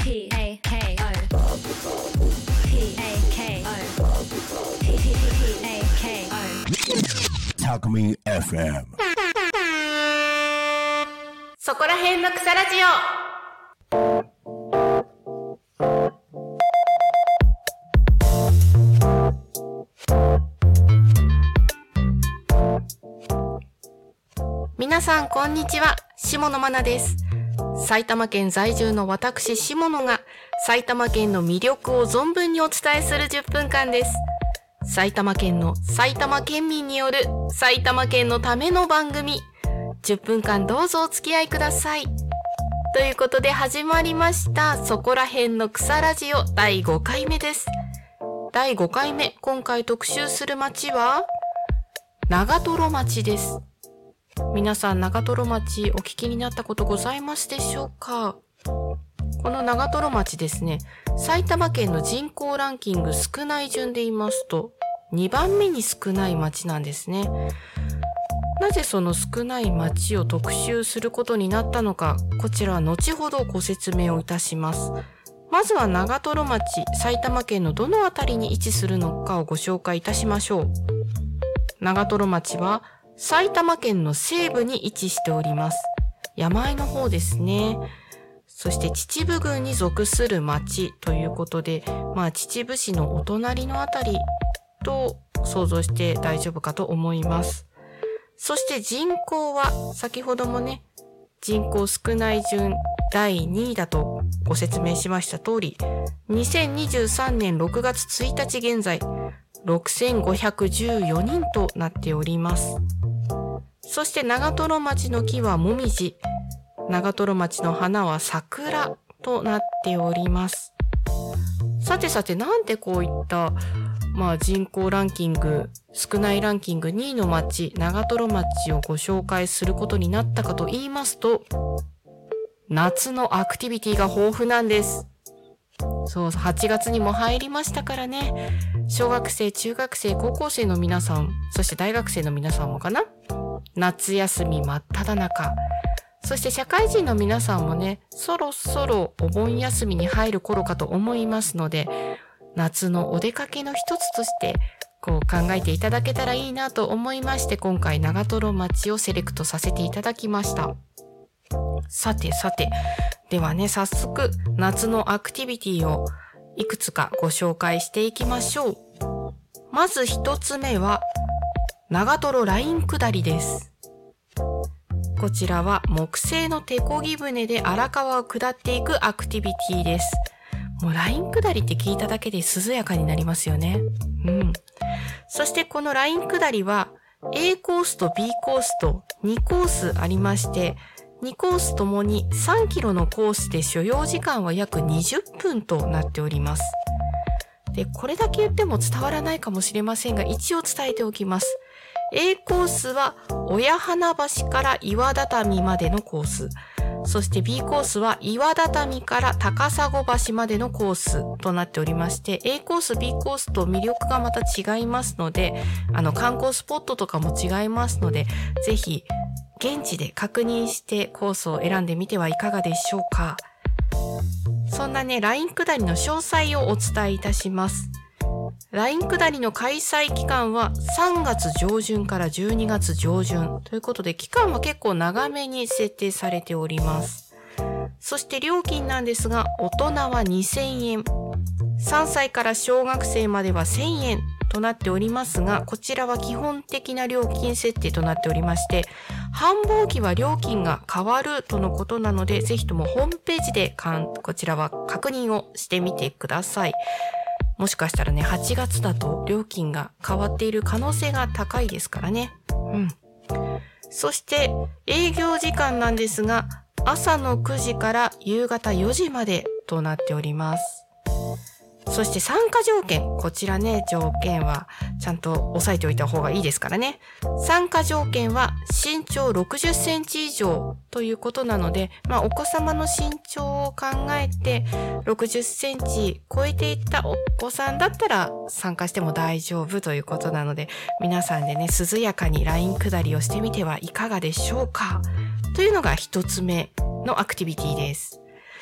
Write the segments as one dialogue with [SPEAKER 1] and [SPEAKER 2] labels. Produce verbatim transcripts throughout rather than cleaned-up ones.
[SPEAKER 1] P A K O P A K O P A K O
[SPEAKER 2] タクミ エフエム
[SPEAKER 3] そこら辺の草ラジオ。皆さんこんにちは、下野真奈です。埼玉県在住の私下野が埼玉県の魅力を存分にお伝えするじゅっぷんかんです。埼玉県の埼玉県民による埼玉県のための番組、じゅっぷんかんどうぞお付き合いください。ということで始まりました、そこら辺の草ラジオだいごかいめです。だいごかいめ、今回特集する町は長瀞町です。皆さん長瀞町お聞きになったことございますでしょうか。この長瀞町ですね、埼玉県の人口ランキング少ない順で言いますとにばんめに少ない町なんですね。なぜその少ない町を特集することになったのか、こちらは後ほどご説明をいたします。まずは長瀞町、埼玉県のどのあたりに位置するのかをご紹介いたしましょう。長瀞町は埼玉県の西部に位置しております。山あいの方ですね。そして秩父郡に属する町ということで、まあ秩父市のお隣のあたりと想像して大丈夫かと思います。そして人口は先ほどもね、人口少ない順だいにいだとご説明しました通り、にせんにじゅうさんねんろくがつついたち現在ろくせんごひゃくじゅうよにんとなっております。そして長瀞町の木はもみじ、長瀞町の花は桜となっております。さてさて、なんでこういったまあ人口ランキング、少ないランキングにいの町、長瀞町をご紹介することになったかと言いますと、夏のアクティビティが豊富なんです。そう、はちがつにも入りましたからね。小学生、中学生、高校生の皆さん、そして大学生の皆さんもかな。夏休み真っ只中。そして社会人の皆さんもね、そろそろお盆休みに入る頃かと思いますので、夏のお出かけの一つとしてこう考えていただけたらいいなと思いまして、今回長瀞町をセレクトさせていただきました。さてさて、ではね、早速夏のアクティビティをいくつかご紹介していきましょう。まず一つ目は長瀞ライン下りです。こちらは木製の手漕ぎ船で荒川を下っていくアクティビティです。もうライン下りって聞いただけで涼やかになりますよね。うん。そしてこのライン下りは A コースと B コースとにコースありまして、にコースともにさんキロのコースで所要時間は約にじゅっぷんとなっております。で、これだけ言っても伝わらないかもしれませんが、一応伝えておきます。A コースは親花橋から岩畳までのコース。そして B コースは岩畳から高砂橋までのコースとなっておりまして、A コース、B コースと魅力がまた違いますので、あの観光スポットとかも違いますので、ぜひ現地で確認してコースを選んでみてはいかがでしょうか。そんなね、ライン下りの詳細をお伝えいたします。ライン下りの開催期間はさんがつじょうじゅんからじゅうにがつじょうじゅんということで、期間は結構長めに設定されております。そして料金なんですが、大人はにせんえん、さんさいから小学生まではせんえんとなっておりますが、こちらは基本的な料金設定となっておりまして、繁忙期は料金が変わるとのことなので、ぜひともホームページでかんこちらは確認をしてみてください。もしかしたらね、はちがつだと料金が変わっている可能性が高いですからね。うん。そして営業時間なんですが、朝のくじから夕方よじまでとなっております。そして参加条件、こちらね、条件はちゃんと押さえておいた方がいいですからね。参加条件は身長ろくじゅっセンチ以上ということなので、まあお子様の身長を考えてろくじゅっセンチ超えていったお子さんだったら参加しても大丈夫ということなので、皆さんでね、涼やかにライン下りをしてみてはいかがでしょうかというのが一つ目のアクティビティです。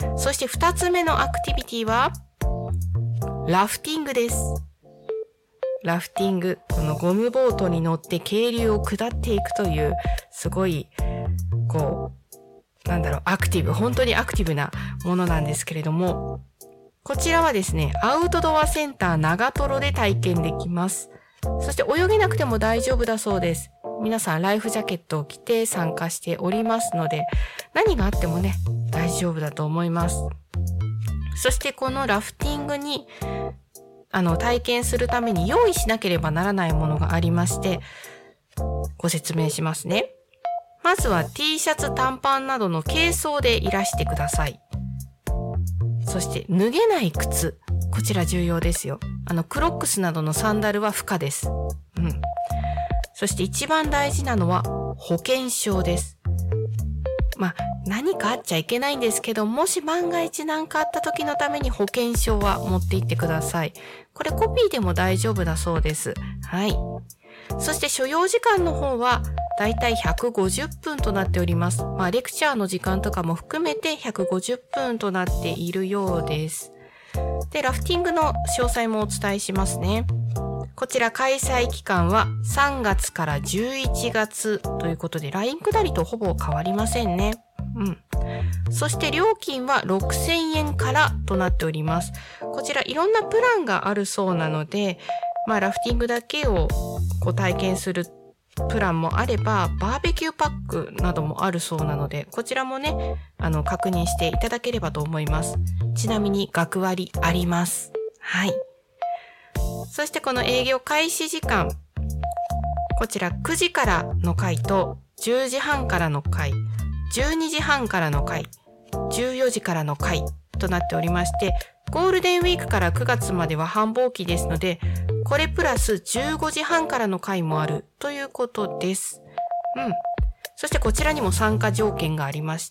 [SPEAKER 3] そしてふたつめのアクティビティはラフティングです。ラフティング、このゴムボートに乗って渓流を下っていくというすごいこうなんだろうアクティブ、本当にアクティブなものなんですけれども、こちらはですねアウトドアセンター長瀞で体験できます。そして泳げなくても大丈夫だそうです。皆さんライフジャケットを着て参加しておりますので、何があってもね大丈夫だと思います。そしてこのラフティングにあの体験するために用意しなければならないものがありまして、ご説明しますね。まずは T シャツ、短パンなどの軽装でいらしてください。そして脱げない靴、こちら重要ですよ。あのクロックスなどのサンダルは不可です。うん。そして一番大事なのは保険証です。まあ何かあっちゃいけないんですけど、もし万が一何かあった時のために保険証は持って行ってください。これコピーでも大丈夫だそうです。はい。そして所要時間の方はだいたいひゃくごじゅっぷんとなっております。まあレクチャーの時間とかも含めてひゃくごじゅっぷんとなっているようです。で、ラフティングの詳細もお伝えしますね。こちら開催期間はさんがつからじゅういちがつということで、ライン下りとほぼ変わりませんね。うん。そして料金はろくせんえんからとなっております。こちらいろんなプランがあるそうなので、まあラフティングだけをこう体験するプランもあれば、バーベキューパックなどもあるそうなので、こちらもね、あの確認していただければと思います。ちなみに学割あります。はい。そしてこの営業開始時間、こちらくじからの回とじゅうじはんからの回、じゅうにじはんからの回、じゅうよじからの回となっておりまして、ゴールデンウィークからくがつまでは繁忙期ですので、これプラスじゅうごじはんからの回もあるということです。うん。そしてこちらにも参加条件がありまして、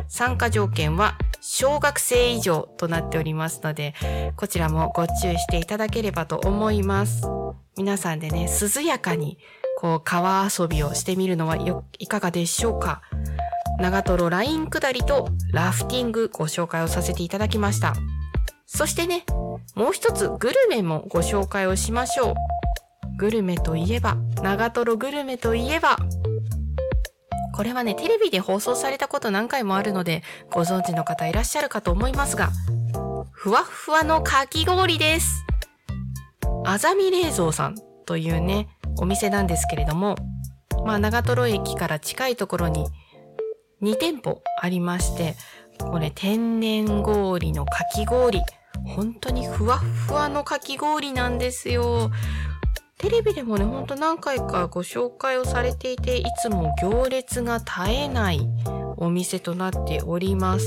[SPEAKER 3] 参加条件は小学生以上となっておりますので、こちらもご注意していただければと思います。皆さんでね、涼やかにこう川遊びをしてみるのはよいかがでしょうか。長瀞ライン下りとラフティングご紹介をさせていただきました。そしてね、もう一つグルメもご紹介をしましょう。グルメといえば、長瀞グルメといえば、これはね、テレビで放送されたこと何回もあるので、ご存知の方いらっしゃるかと思いますが、ふわっふわのかき氷です。あざみ冷蔵さんというね、お店なんですけれども、まあ長瀞駅から近いところににてんぽありまして、これ天然氷のかき氷、本当にふわっふわのかき氷なんですよ。テレビでもね、ほんと何回かご紹介をされていて、いつも行列が絶えないお店となっております。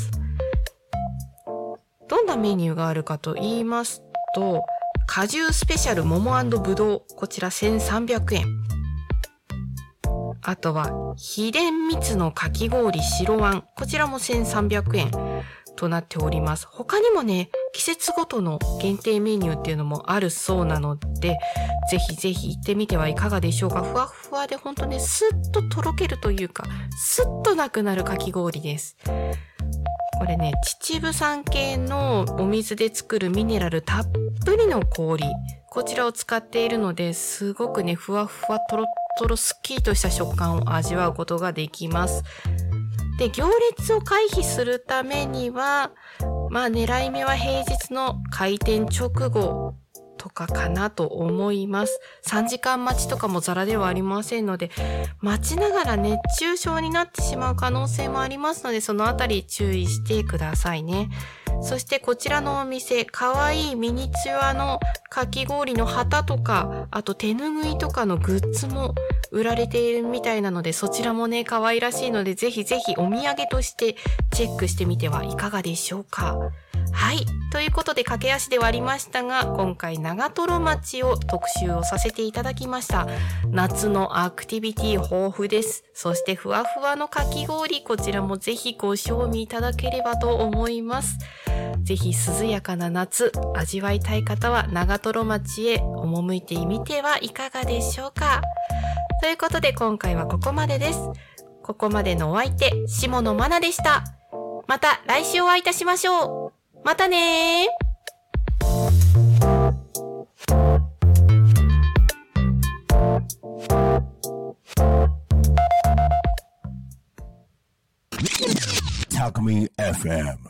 [SPEAKER 3] どんなメニューがあるかと言いますと、果汁スペシャル桃&ぶどう、こちらせんさんびゃくえん。あとは、秘伝蜜のかき氷白あん、こちらもせんさんびゃくえんとなっております。他にもね、季節ごとの限定メニューっていうのもあるそうなので、ぜひぜひ行ってみてはいかがでしょうか。ふわふわでほんとね、スッととろけるというか、スッとなくなるかき氷です。これね、秩父産系のお水で作るミネラルたっぷりの氷、こちらを使っているので、すごくね、ふわふわとろとろすっきりとした食感を味わうことができます。で、行列を回避するためには、まあ狙い目は平日の開店直後とかかなと思います。さんじかん待ちとかもザラではありませんので、待ちながら熱中症になってしまう可能性もありますので、そのあたり注意してくださいね。そしてこちらのお店、かわいいミニチュアのかき氷の旗とか、あと手ぬぐいとかのグッズも売られているみたいなので、そちらもね、可愛らしいので、ぜひぜひお土産としてチェックしてみてはいかがでしょうか。はい。ということで駆け足ではありましたが、今回長瀞町を特集をさせていただきました。夏のアクティビティ豊富です。そしてふわふわのかき氷、こちらもぜひご賞味いただければと思います。ぜひ涼やかな夏、味わいたい方は長瀞町へ赴いてみてはいかがでしょうか。ということで今回はここまでです。ここまでのお相手、下野愛菜でした。 また来週お会いいたしましょう。またねー。
[SPEAKER 2] Talk Me エフエム